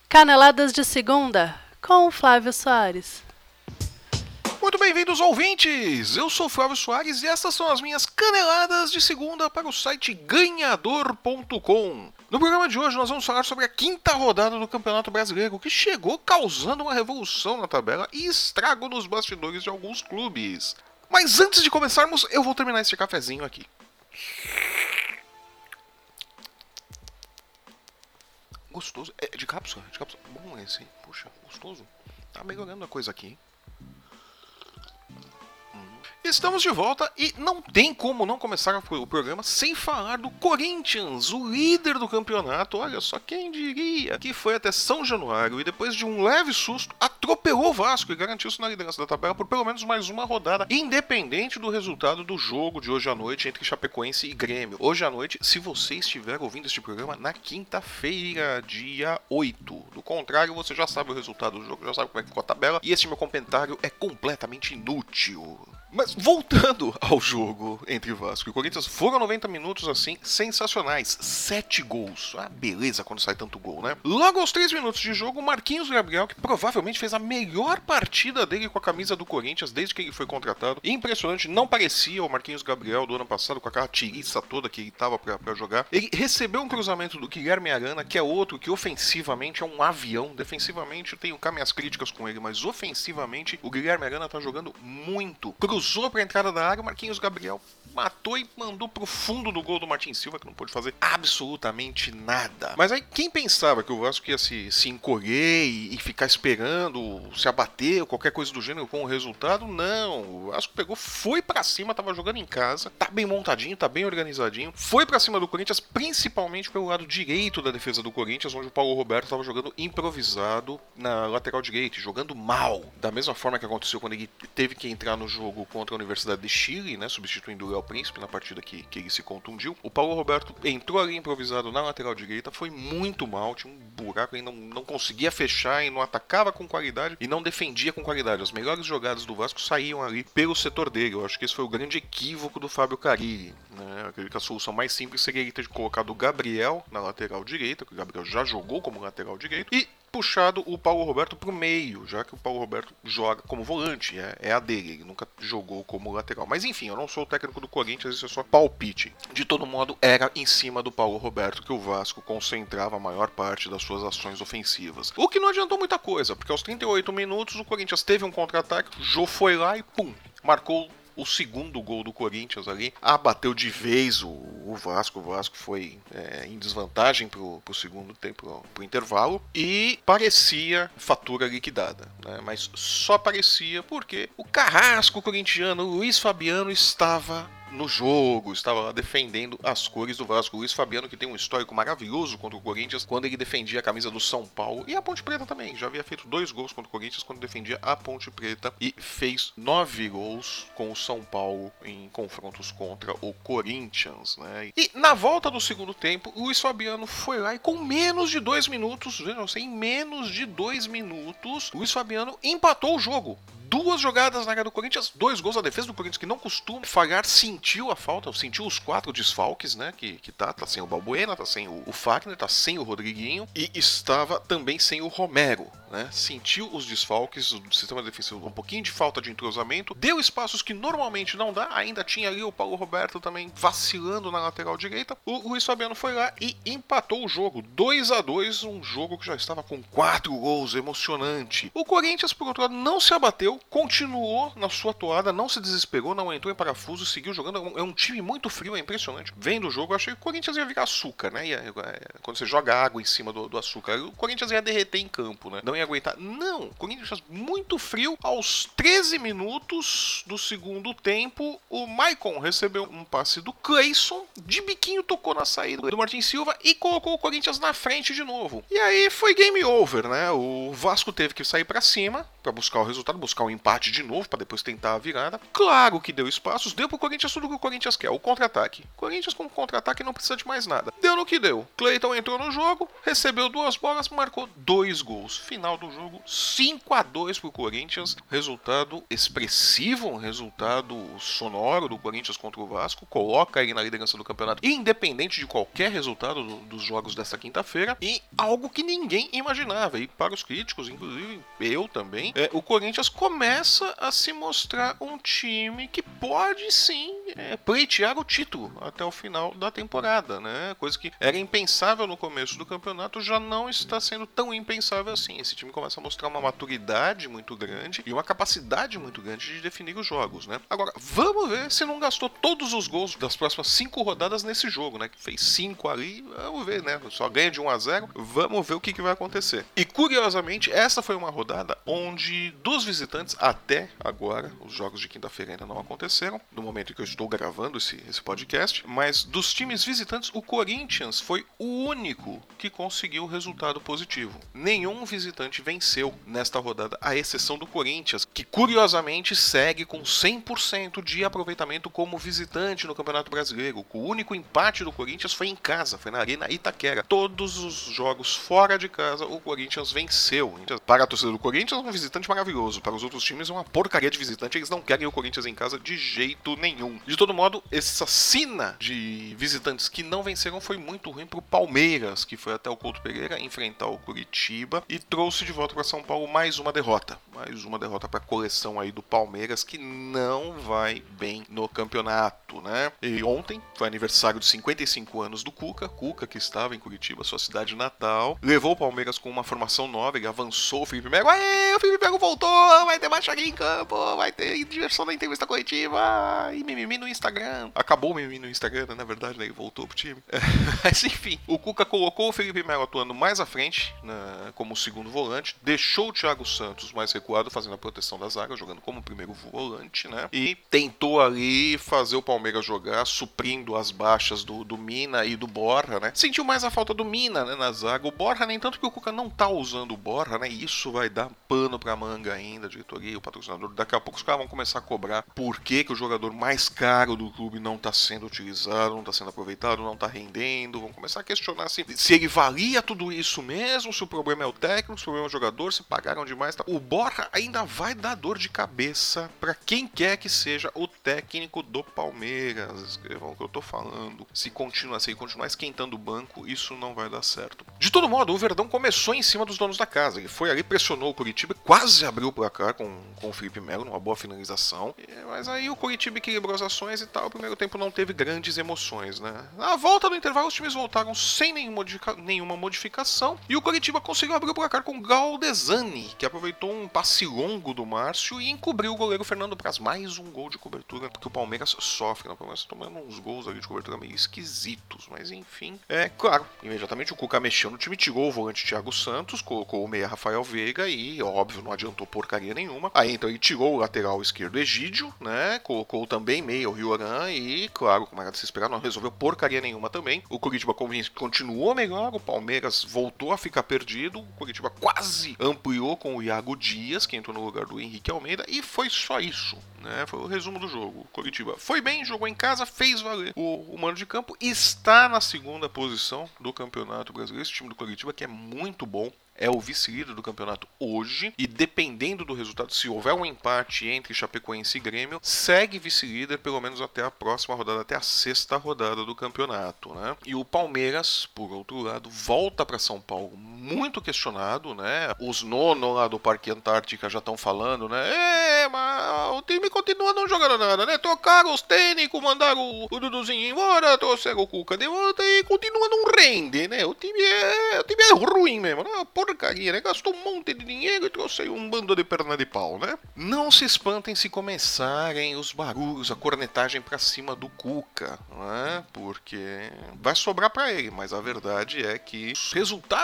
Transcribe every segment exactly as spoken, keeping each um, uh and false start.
Caneladas de Segunda, com o Flávio Soares. Muito bem-vindos, ouvintes! Eu sou o Flávio Soares e essas são as minhas caneladas de segunda para o site ganhador ponto com. No programa de hoje nós vamos falar sobre a quinta rodada do Campeonato Brasileiro, que chegou causando uma revolução na tabela e estrago nos bastidores de alguns clubes. Mas antes de começarmos, eu vou terminar esse cafezinho aqui. Gostoso. É de cápsula? De cápsula. Bom esse. Puxa, gostoso. Tá melhorando a coisa aqui. Estamos de volta e não tem como não começar o programa sem falar do Corinthians, o líder do campeonato. Olha só, quem diria, que foi até São Januário e depois de um leve susto atropelou o Vasco e garantiu-se na liderança da tabela por pelo menos mais uma rodada, independente do resultado do jogo de hoje à noite entre Chapecoense e Grêmio. Hoje à noite, se você estiver ouvindo este programa na quinta-feira, dia oito. Do contrário, você já sabe o resultado do jogo, já sabe como é que ficou a tabela e este meu comentário é completamente inútil. Mas voltando ao jogo entre Vasco e Corinthians, foram noventa minutos assim, sensacionais. Sete gols. Ah, beleza quando sai tanto gol, né? Logo aos três minutos de jogo, Marquinhos Gabriel, que provavelmente fez a melhor partida dele com a camisa do Corinthians desde que ele foi contratado. Impressionante, não parecia o Marquinhos Gabriel do ano passado, com aquela tiriça toda que ele tava pra, pra jogar. Ele recebeu um cruzamento do Guilherme Arana, que é outro que ofensivamente é um avião. Defensivamente eu tenho cá minhas críticas com ele, mas ofensivamente o Guilherme Arana tá jogando muito. Cruzou pra entrada da área, o Marquinhos Gabriel matou e mandou pro fundo do gol do Martin Silva, que não pôde fazer absolutamente nada. Mas aí, quem pensava que o Vasco ia se, se encolher e, e ficar esperando, se abater, ou qualquer coisa do gênero com o resultado, não. O Vasco pegou, foi pra cima, tava jogando em casa, tá bem montadinho, tá bem organizadinho, foi pra cima do Corinthians, principalmente pelo lado direito da defesa do Corinthians, onde o Paulo Roberto tava jogando improvisado na lateral direita, jogando mal. Da mesma forma que aconteceu quando ele teve que entrar no jogo contra a Universidade de Chile, né, substituindo o Léo Príncipe na partida que, que ele se contundiu. O Paulo Roberto entrou ali improvisado na lateral direita, foi muito mal, tinha um buraco, ele não, não conseguia fechar e não atacava com qualidade e não defendia com qualidade. As melhores jogadas do Vasco saíam ali pelo setor dele. Eu acho que esse foi o grande equívoco do Fábio Carille, né? Eu acredito que a solução mais simples seria ele ter colocado o Gabriel na lateral direita, que o Gabriel já jogou como lateral direito, e puxado o Paulo Roberto pro meio, já que o Paulo Roberto joga como volante, é, é a dele, ele nunca jogou como lateral. Mas enfim, eu não sou o técnico do Corinthians, isso é só palpite. De todo modo, era em cima do Paulo Roberto que o Vasco concentrava a maior parte das suas ações ofensivas. O que não adiantou muita coisa, porque aos trinta e oito minutos o Corinthians teve um contra-ataque, o Jô foi lá e pum, marcou o segundo gol do Corinthians ali, abateu de vez o, o Vasco, o Vasco foi é, em desvantagem pro, pro segundo tempo, pro, pro intervalo, e parecia fatura liquidada, né? Mas só parecia porque o carrasco corintiano, o Luiz Fabiano, estava no jogo, estava lá defendendo as cores do Vasco. O Luiz Fabiano, que tem um histórico maravilhoso contra o Corinthians, quando ele defendia a camisa do São Paulo, e a Ponte Preta também, já havia feito dois gols contra o Corinthians quando defendia a Ponte Preta, e fez nove gols com o São Paulo em confrontos contra o Corinthians, né? E na volta do segundo tempo, o Luiz Fabiano foi lá e com menos de dois minutos, vejam, em menos de dois minutos, o Luiz Fabiano empatou o jogo. Duas jogadas na área do Corinthians, dois gols. A defesa do Corinthians, que não costuma falhar, sentiu a falta, sentiu os quatro desfalques, né, que, que tá, tá sem o Balbuena, tá sem o, o Fagner, tá sem o Rodriguinho e estava também sem o Romero, né, sentiu os desfalques, o sistema defensivo um pouquinho de falta de entrosamento, deu espaços que normalmente não dá, ainda tinha ali o Paulo Roberto também vacilando na lateral direita, o Luiz Fabiano foi lá e empatou o jogo, dois a dois, um jogo que já estava com quatro gols, emocionante. O Corinthians, por outro lado, não se abateu, continuou na sua toada, não se desesperou, não entrou em parafuso, seguiu jogando. É um time muito frio, é impressionante. Vendo o jogo, eu achei que o Corinthians ia virar açúcar, né? Ia, é, quando você joga água em cima do, do açúcar, o Corinthians ia derreter em campo, né? Não ia aguentar. Não, o Corinthians muito frio. Aos treze minutos do segundo tempo, o Maicon recebeu um passe do Cleison, de biquinho tocou na saída do Martin Silva e colocou o Corinthians na frente de novo. E aí foi game over, né? O Vasco teve que sair pra cima pra buscar o resultado, buscar o um empate de novo, para depois tentar a virada. Claro que deu espaços, deu pro Corinthians tudo que o Corinthians quer, o contra-ataque. Corinthians com contra-ataque não precisa de mais nada. Deu no que deu. Cleiton entrou no jogo, recebeu duas bolas, marcou dois gols. Final do jogo, cinco a dois pro Corinthians. Resultado expressivo, um resultado sonoro do Corinthians contra o Vasco. Coloca ele na liderança do campeonato, independente de qualquer resultado do, dos jogos desta quinta-feira. E algo que ninguém imaginava. E para os críticos, inclusive eu também, é, o Corinthians começa a se mostrar um time que pode sim é, pleitear o título até o final da temporada, né? Coisa que era impensável no começo do campeonato, já não está sendo tão impensável assim. Esse time começa a mostrar uma maturidade muito grande e uma capacidade muito grande de definir os jogos, né? Agora, vamos ver se não gastou todos os gols das próximas cinco rodadas nesse jogo, né? Que fez cinco ali, vamos ver, né? Só ganha de um a zero, vamos ver o que, que vai acontecer. E curiosamente, essa foi uma rodada onde dos visitantes, até agora, os jogos de quinta-feira ainda não aconteceram, no momento em que eu estou gravando esse, esse podcast, mas dos times visitantes, o Corinthians foi o único que conseguiu resultado positivo. Nenhum visitante venceu nesta rodada, à exceção do Corinthians, que curiosamente segue com cem por cento de aproveitamento como visitante no Campeonato Brasileiro. O único empate do Corinthians foi em casa, foi na Arena Itaquera. Todos os jogos fora de casa, o Corinthians venceu. Para a torcida do Corinthians, um visitante maravilhoso. Para os outros times, é uma porcaria de visitante. Eles não querem o Corinthians em casa de jeito nenhum. De todo modo, essa sina de visitantes que não venceram foi muito ruim para o Palmeiras, que foi até o Couto Pereira enfrentar o Curitiba e trouxe de volta para São Paulo mais uma derrota. Mais uma derrota para a coleção aí do Palmeiras, que não vai bem no campeonato, né? E ontem foi aniversário de cinquenta e cinco anos do Cuca. Cuca, que estava em Curitiba, sua cidade natal, levou o Palmeiras com uma formação nova, ele avançou o Felipe Melo. Aê, o Felipe Melo voltou, vai ter baixaria em campo, vai ter diversão na entrevista coletiva, e mimimi no Instagram. Acabou o mimimi no Instagram, né? Na verdade, né? Ele voltou pro time. Mas enfim, o Cuca colocou o Felipe Melo atuando mais à frente, né, como segundo volante, deixou o Thiago Santos mais recuado, fazendo a proteção da zaga, jogando como primeiro volante, né? E tentou ali fazer o Palmeiras jogar, suprindo as baixas do, do Mina e do Borja, né? Sentiu mais a falta do Mina, né, na zaga. O Borja nem tanto, porque o Cuca não tá usando o Borja, né? E isso vai dar pano pra manga ainda, a diretoria, o patrocinador. Daqui a pouco os caras vão começar a cobrar por que, que o jogador mais caro do clube não tá sendo utilizado, não tá sendo aproveitado, não tá rendendo. Vão começar a questionar assim, se ele valia tudo isso mesmo, se o problema é o técnico, se o problema é o jogador, se pagaram demais. Tá? O Borja ainda vai dar dor de cabeça pra quem quer que seja o técnico do Palmeiras. Escrevam o que eu tô falando. Se continuar, se ele continuar esquentando o banco, isso não vai dar certo. De todo modo, o Verdão começou em cima dos donos da casa. Ele foi ali, pressionou o Curitiba, quase abriu o placar com, com o Felipe Melo, numa boa finalização. Mas aí o Curitiba equilibrou as ações e tal. O primeiro tempo não teve grandes emoções, né? Na volta do intervalo, os times voltaram sem nenhuma, modifica- nenhuma modificação. E o Curitiba conseguiu abrir o placar com o Galdesani, que aproveitou um passe longo do Márcio e encobriu o goleiro Fernando Praz. Mais um gol de cobertura, porque o Palmeiras sofre, né? O Palmeiras tomando uns gols ali de cobertura meio esquisitos, mas enfim. É claro, imediatamente o Cuca mexeu no time, tirou o volante Thiago Santos, colocou o meia Rafael Veiga e, óbvio, não adiantou porcaria nenhuma. Aí então ele tirou o lateral esquerdo Egídio, né? Colocou também meia o Rioran e, claro, como era de se esperar, não resolveu porcaria nenhuma também. O Curitiba continuou melhor, o Palmeiras voltou a ficar perdido, o Curitiba quase ampliou com o Iago Dias, que entrou no lugar do Henrique Almeida, e foi só isso, né? Foi o resumo do jogo. O Curitiba foi bem, jogou em casa, fez valer o, o mano de campo, está na segunda posição do Campeonato Brasileiro. Esse time do Curitiba que é muito bom. É o vice-líder do campeonato hoje e dependendo do resultado, se houver um empate entre Chapecoense e Grêmio, segue vice-líder pelo menos até a próxima rodada, até a sexta rodada do campeonato, né? E o Palmeiras, por outro lado, volta para São Paulo muito questionado, né? Os nono lá do Parque Antártica já estão falando, né? É, mas o time continua não jogando nada, né? Trocaram os técnicos, mandaram o, o Duduzinho embora, trouxeram o Cuca de volta e continua não rende, né? O time é, o time é ruim mesmo, né? Porcaria, né? Gastou um monte de dinheiro e trouxe um bando de perna de pau, né? Não se espantem se começarem os barulhos, a cornetagem pra cima do Cuca, né? Porque vai sobrar pra ele, mas a verdade é que os resultados do Cuca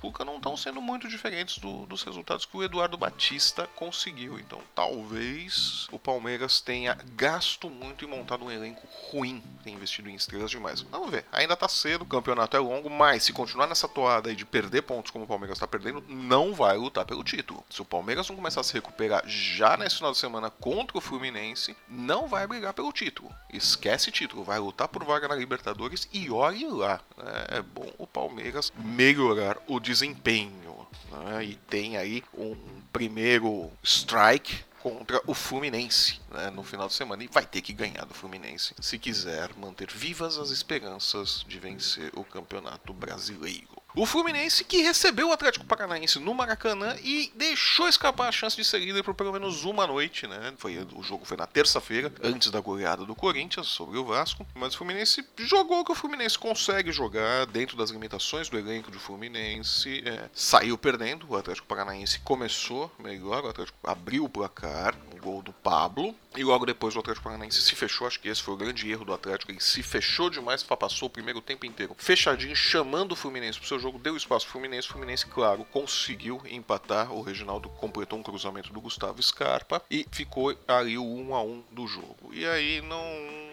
Cuca não estão sendo muito diferentes do, dos resultados que o Eduardo Batista conseguiu. Então talvez o Palmeiras tenha gasto muito e montado um elenco ruim, tem investido em estrelas demais. Vamos ver, ainda tá cedo, o campeonato é longo, mas se continuar nessa toada aí de perder pontos como o Palmeiras tá perdendo, não vai lutar pelo título. Se o Palmeiras não começar a se recuperar já nesse final de semana contra o Fluminense, não vai brigar pelo título. Esquece título, vai lutar por vaga na Libertadores e olhe lá. É bom o Palmeiras melhorar o desempenho, né? E tem aí um primeiro strike contra o Fluminense, né, no final de semana, e vai ter que ganhar do Fluminense se quiser manter vivas as esperanças de vencer o Campeonato Brasileiro. O Fluminense que recebeu o Atlético Paranaense no Maracanã e deixou escapar a chance de ser líder por pelo menos uma noite, né? Foi, o jogo foi na terça-feira, antes da goleada do Corinthians sobre o Vasco, mas o Fluminense jogou o que o Fluminense consegue jogar dentro das limitações do elenco do Fluminense, é, saiu perdendo, o Atlético Paranaense começou melhor, o Atlético abriu o placar, um gol do Pablo, e logo depois o Atlético Paranaense se fechou. Acho que esse foi o grande erro do Atlético, ele se fechou demais, passou o primeiro tempo inteiro fechadinho, chamando o Fluminense pro seu jogo, deu espaço pro Fluminense, o Fluminense, claro, conseguiu empatar, o Reginaldo completou um cruzamento do Gustavo Scarpa e ficou ali o um a um do jogo. E aí não...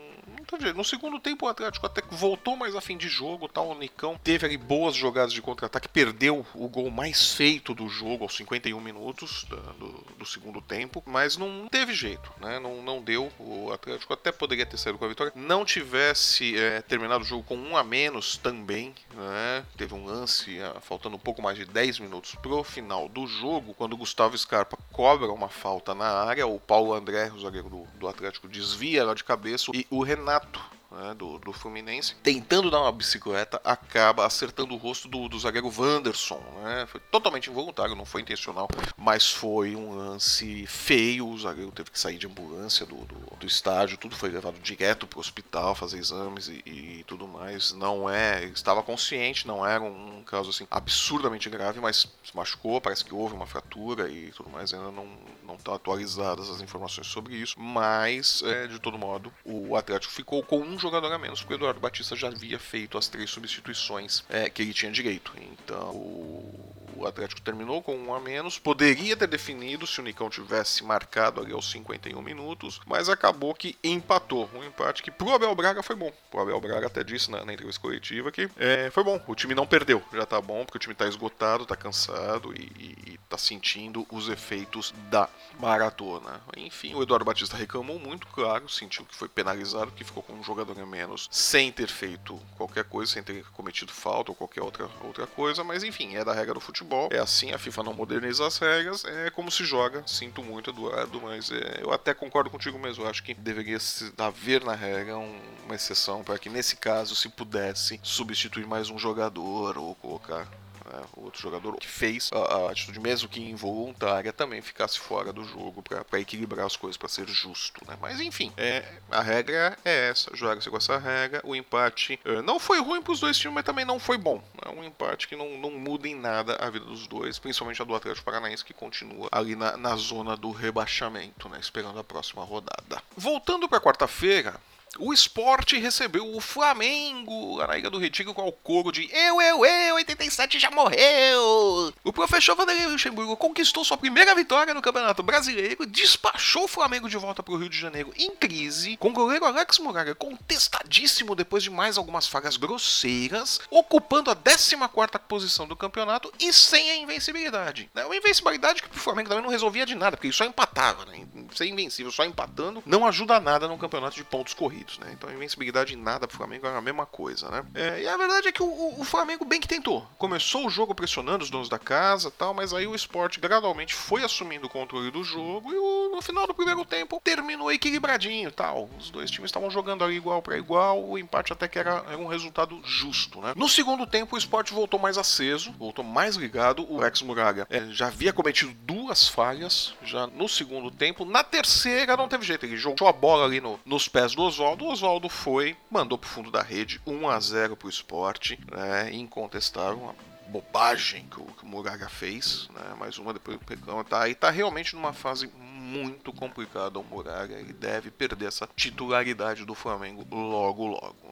No segundo tempo o Atlético até voltou mais a fim de jogo, tá? O Nicão teve ali boas jogadas de contra-ataque, perdeu o gol mais feito do jogo aos cinquenta e um minutos do, do segundo tempo, mas não teve jeito, né? Não, não deu, o Atlético até poderia ter saído com a vitória, não tivesse é, terminado o jogo com um a menos também, né? Teve um lance, é, faltando um pouco mais de dez minutos pro final do jogo, quando o Gustavo Scarpa cobra uma falta na área, o Paulo André, o zagueiro do, do Atlético, desvia ela de cabeça e o Renato, né, do, do Fluminense, tentando dar uma bicicleta, acaba acertando o rosto do, do zagueiro Wanderson, né? Foi totalmente involuntário, não foi intencional, mas foi um lance feio. O zagueiro teve que sair de ambulância do, do, do estádio, tudo foi levado direto para o hospital, fazer exames e, e tudo mais. Não é, estava consciente, não era um, um caso assim absurdamente grave, mas se machucou, parece que houve uma fratura e tudo mais. Ainda não não estão atualizadas as informações sobre isso, mas é, de todo modo o Atlético ficou com um jogador a menos, porque o Eduardo Batista já havia feito as três substituições é, que ele tinha direito. Então o O Atlético terminou com um a menos, poderia ter definido se o Nicão tivesse marcado ali aos cinquenta e um minutos, mas acabou que empatou. Um empate que pro Abel Braga foi bom. O Abel Braga até disse na, na entrevista coletiva que é, foi bom, o time não perdeu, já tá bom, porque o time tá esgotado, tá cansado e, e, e tá sentindo os efeitos da maratona. Enfim, o Eduardo Batista reclamou muito, claro, sentiu que foi penalizado, que ficou com um jogador a menos, sem ter feito qualquer coisa, sem ter cometido falta ou qualquer outra, outra coisa, mas enfim, é da regra do futebol. É assim, a FIFA não moderniza as regras, é como se joga. Sinto muito, Eduardo, mas é, eu até concordo contigo mesmo. Eu acho que deveria haver na regra um, uma exceção para que nesse caso se pudesse substituir mais um jogador ou colocar é, o outro jogador que fez a, a atitude mesmo que involuntária também ficasse fora do jogo para equilibrar as coisas, para ser justo, né? Mas enfim, é, a regra é essa, joga-se com essa regra. O empate é, não foi ruim para os dois times, mas também não foi bom. É um empate que não, não muda em nada a vida dos dois, principalmente a do Atlético Paranaense, que continua ali na, na zona do rebaixamento, né? Esperando a próxima rodada. Voltando para quarta-feira, o Sport recebeu o Flamengo lá na Ilha do Retiro com o coro de Eu, eu, eu, oitenta e sete já morreu! O professor Vanderlei Luxemburgo conquistou sua primeira vitória no Campeonato Brasileiro, despachou o Flamengo de volta para o Rio de Janeiro em crise, com o goleiro Alex Moraga contestadíssimo depois de mais algumas falhas grosseiras, ocupando a décima quarta posição do campeonato e sem a invencibilidade. Uma invencibilidade que o Flamengo também não resolvia de nada, porque ele só empatava, né? Ser invencível só empatando não ajuda nada num campeonato de pontos corridos. Né? Então a invencibilidade em nada pro Flamengo é a mesma coisa, né? É, e a verdade é que o, o Flamengo bem que tentou. Começou o jogo pressionando os donos da casa e tal, mas aí o Sport gradualmente foi assumindo o controle do jogo e o, no final do primeiro tempo terminou equilibradinho e tal. Os dois times estavam jogando ali igual para igual, o empate até que era, era um resultado justo, né? No segundo tempo o Sport voltou mais aceso, voltou mais ligado. O Alex Moraga é, já havia cometido duas falhas já no segundo tempo. Na terceira não teve jeito, ele jogou a bola ali no, nos pés do Oswaldo. O Oswaldo foi, mandou pro fundo da rede, um a zero pro Sport, né, incontestável, uma bobagem que o, que o Moraga fez, né, mais uma depois reclama, tá, e tá realmente numa fase muito complicada o Moraga, ele deve perder essa titularidade do Flamengo logo logo,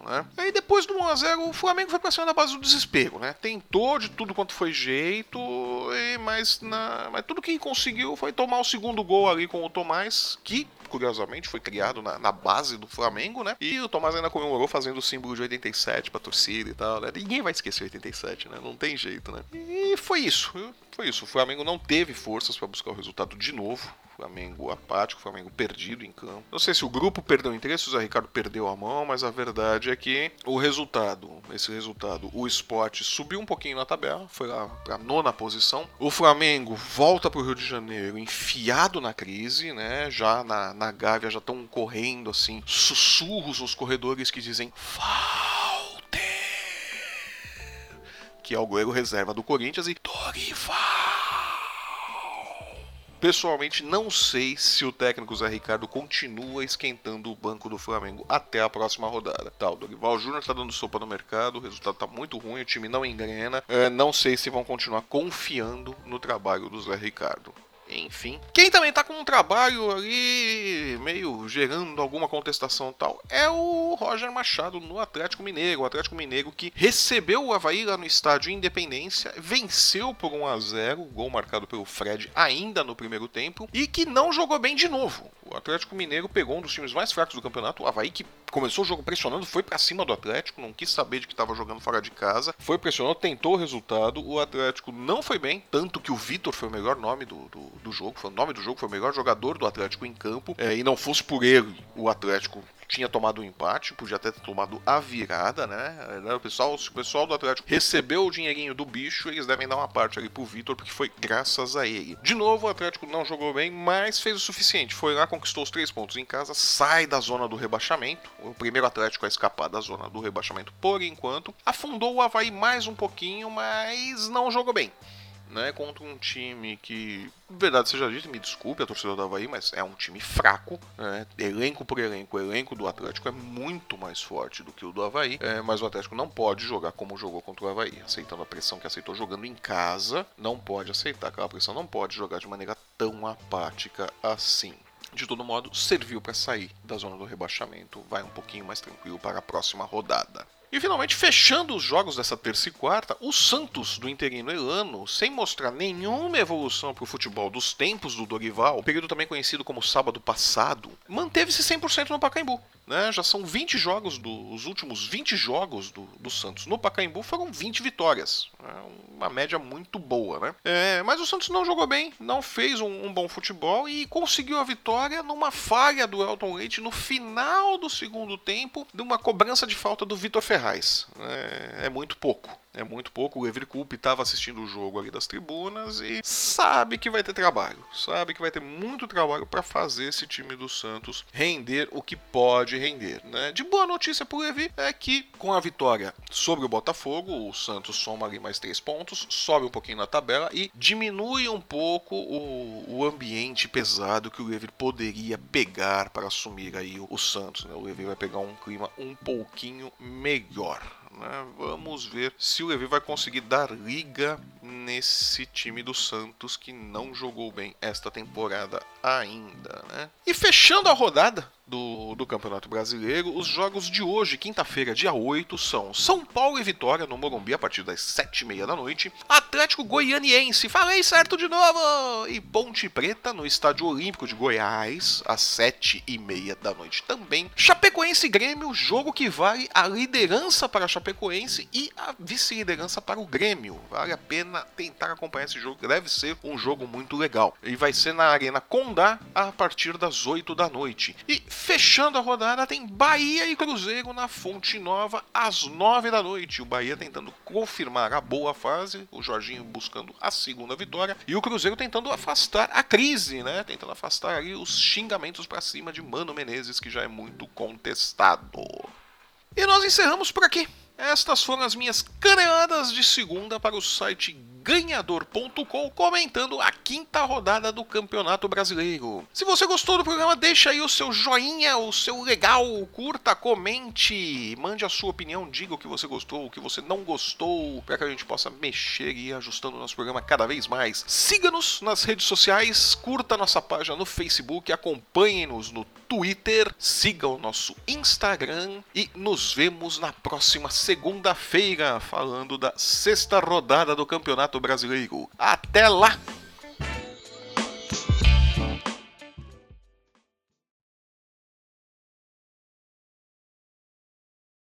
né? Aí depois do um a zero, o Flamengo foi pra cima da base do desespero, né? Tentou de tudo quanto foi jeito, e, mas, na, mas tudo que conseguiu foi tomar o segundo gol ali com o Tomás, que curiosamente foi criado na, na base do Flamengo, né? E o Tomás ainda comemorou fazendo o símbolo de oitenta e sete pra torcida e tal, né? Ninguém vai esquecer oitenta e sete, né? Não tem jeito, né? E foi isso, foi isso. O Flamengo não teve forças pra buscar o resultado de novo. Flamengo apático, Flamengo perdido em campo. Não sei se o grupo perdeu o interesse, o Zé Ricardo perdeu a mão, mas a verdade é que o resultado, esse resultado, o Sport subiu um pouquinho na tabela, foi lá pra nona posição. O Flamengo volta pro Rio de Janeiro enfiado na crise, né? Já na, na Gávea já estão correndo assim, sussurros nos corredores que dizem Walter, que é o goleiro reserva do Corinthians, e Dorival. Pessoalmente, não sei se o técnico Zé Ricardo continua esquentando o banco do Flamengo até a próxima rodada. Tá, o Dorival Júnior tá dando sopa no mercado, o resultado tá muito ruim, o time não engrena. É, não sei se vão continuar confiando no trabalho do Zé Ricardo. Enfim, quem também tá com um trabalho ali meio gerando alguma contestação e tal é o Roger Machado no Atlético Mineiro. O Atlético Mineiro que recebeu o Avaí lá no estádio Independência, venceu por um a zero, gol marcado pelo Fred ainda no primeiro tempo, e que não jogou bem de novo. O Atlético Mineiro pegou um dos times mais fracos do campeonato, o Avaí, que começou o jogo pressionando, foi pra cima do Atlético, não quis saber de que estava jogando fora de casa, foi pressionando, tentou o resultado, o Atlético não foi bem, tanto que o Vitor foi o melhor nome do, do, do jogo, foi o nome do jogo, foi o melhor jogador do Atlético em campo, é, e não fosse por ele, o Atlético tinha tomado um empate, podia até ter tomado a virada, né? O pessoal, se o pessoal do Atlético recebeu o dinheirinho do bicho, eles devem dar uma parte ali pro Vitor, porque foi graças a ele. De novo, o Atlético não jogou bem, mas fez o suficiente. Foi lá, conquistou os três pontos em casa, sai da zona do rebaixamento. O primeiro Atlético a escapar da zona do rebaixamento por enquanto. Afundou o Avaí mais um pouquinho, mas não jogou bem, né, contra um time que, verdade seja dita, me desculpe a torcida do Avaí, mas é um time fraco, né, elenco por elenco, o elenco do Atlético é muito mais forte do que o do Avaí, é, mas o Atlético não pode jogar como jogou contra o Avaí, aceitando a pressão que aceitou jogando em casa, não pode aceitar aquela pressão, não pode jogar de maneira tão apática assim. De todo modo, serviu para sair da zona do rebaixamento, vai um pouquinho mais tranquilo para a próxima rodada. E finalmente, fechando os jogos dessa terça e quarta, o Santos do interino Elano, sem mostrar nenhuma evolução para o futebol dos tempos do Dorival, período também conhecido como sábado passado, manteve-se cem por cento no Pacaembu. Né? Já são vinte jogos, do, os últimos vinte jogos do, do Santos no Pacaembu foram vinte vitórias. É uma média muito boa, né? É, mas o Santos não jogou bem, não fez um, um bom futebol e conseguiu a vitória numa falha do Elton Leite no final do segundo tempo, de uma cobrança de falta do Vitor Ferraz. É, é muito pouco. É muito pouco, o Lever Coupe estava assistindo o jogo ali das tribunas e sabe que vai ter trabalho, sabe que vai ter muito trabalho para fazer esse time do Santos render o que pode render, né? De boa notícia pro Levi é que com a vitória sobre o Botafogo, o Santos soma ali mais três pontos, sobe um pouquinho na tabela e diminui um pouco o, o ambiente pesado que o Levi poderia pegar para assumir aí o, o Santos, né? O Levi vai pegar um clima um pouquinho melhor. Né? Vamos ver se o Levi vai conseguir dar liga nesse time do Santos que não jogou bem esta temporada ainda, né? E fechando a rodada do, do Campeonato Brasileiro, os jogos de hoje, quinta-feira, dia oito, são São Paulo e Vitória no Morumbi a partir das sete e meia da noite, Atlético Goianiense, falei certo de novo, e Ponte Preta no Estádio Olímpico de Goiás às sete e meia da noite também, Chapecoense e Grêmio, jogo que vale a liderança para a Chapecoense e a vice-liderança para o Grêmio. Vale a pena tentar acompanhar esse jogo, deve ser um jogo muito legal. E vai ser na Arena Condá a partir das oito da noite. E fechando a rodada tem Bahia e Cruzeiro na Fonte Nova às nove da noite. O Bahia tentando confirmar a boa fase, o Jorginho buscando a segunda vitória e o Cruzeiro tentando afastar a crise, né? Tentando afastar ali os xingamentos pra cima de Mano Menezes, que já é muito contestado. E nós encerramos por aqui. Estas foram as minhas caneladas de segunda para o site ganhador ponto com comentando a quinta rodada do Campeonato Brasileiro. Se você gostou do programa, deixa aí o seu joinha, o seu legal, curta, comente, mande a sua opinião, diga o que você gostou, o que você não gostou, para que a gente possa mexer e ir ajustando o nosso programa cada vez mais. Siga-nos nas redes sociais, curta nossa página no Facebook, acompanhe-nos no Twitter, siga o nosso Instagram e nos vemos na próxima segunda-feira falando da sexta rodada do Campeonato Brasileiro. Até lá!